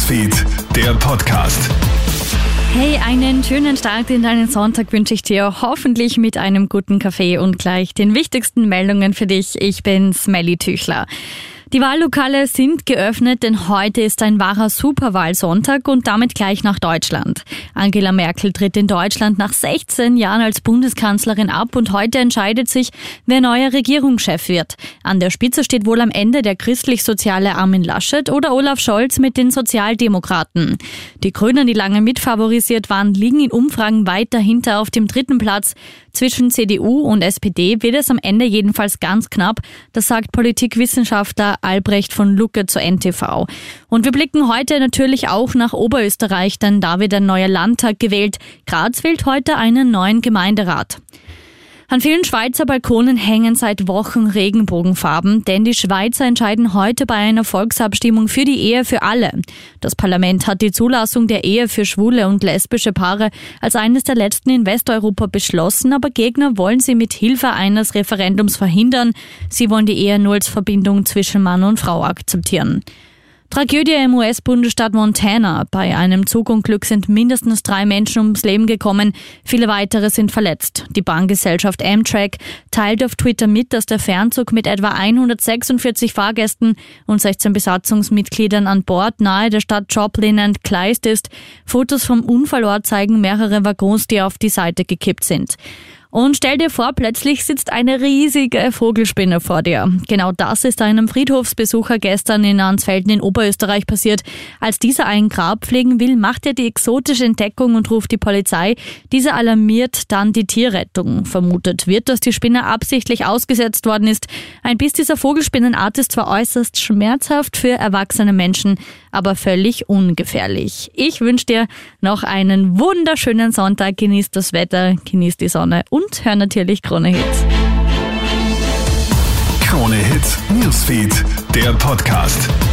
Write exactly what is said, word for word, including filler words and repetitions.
Newsfeed, der Podcast. Hey, einen schönen Start in deinen Sonntag wünsche ich dir, hoffentlich mit einem guten Kaffee und gleich den wichtigsten Meldungen für dich. Ich bin Smelly Tüchler. Die Wahllokale sind geöffnet, denn heute ist ein wahrer Superwahlsonntag und damit gleich nach Deutschland. Angela Merkel tritt in Deutschland nach sechzehn Jahren als Bundeskanzlerin ab und heute entscheidet sich, wer neuer Regierungschef wird. An der Spitze steht wohl am Ende der christlich-soziale Armin Laschet oder Olaf Scholz mit den Sozialdemokraten. Die Grünen, die lange mitfavorisiert waren, liegen in Umfragen weit dahinter auf dem dritten Platz. Zwischen C D U und S P D wird es am Ende jedenfalls ganz knapp, das sagt Politikwissenschaftler Albrecht von Lucke zu N T V. Und wir blicken heute natürlich auch nach Oberösterreich, denn da wird ein neuer Landtag gewählt. Graz wählt heute einen neuen Gemeinderat. An vielen Schweizer Balkonen hängen seit Wochen Regenbogenfarben, denn die Schweizer entscheiden heute bei einer Volksabstimmung für die Ehe für alle. Das Parlament hat die Zulassung der Ehe für schwule und lesbische Paare als eines der letzten in Westeuropa beschlossen, aber Gegner wollen sie mit Hilfe eines Referendums verhindern. Sie wollen die Ehe nur als Verbindung zwischen Mann und Frau akzeptieren. Tragödie im U S-Bundesstaat Montana. Bei einem Zugunglück sind mindestens drei Menschen ums Leben gekommen, viele weitere sind verletzt. Die Bahngesellschaft Amtrak teilt auf Twitter mit, dass der Fernzug mit etwa hundertsechsundvierzig Fahrgästen und sechzehn Besatzungsmitgliedern an Bord nahe der Stadt Joplin entgleist ist. Fotos vom Unfallort zeigen mehrere Waggons, die auf die Seite gekippt sind. Und stell dir vor, plötzlich sitzt eine riesige Vogelspinne vor dir. Genau das ist einem Friedhofsbesucher gestern in Ansfelden in Oberösterreich passiert. Als dieser ein Grab pflegen will, macht er die exotische Entdeckung und ruft die Polizei. Diese alarmiert dann die Tierrettung. Vermutet wird, dass die Spinne absichtlich ausgesetzt worden ist. Ein Biss dieser Vogelspinnenart ist zwar äußerst schmerzhaft für erwachsene Menschen, aber völlig ungefährlich. Ich wünsche dir noch einen wunderschönen Sonntag. Genieß das Wetter, genieß die Sonne und Und hör natürlich Krone Hits. Krone Hits Newsfeed, der Podcast.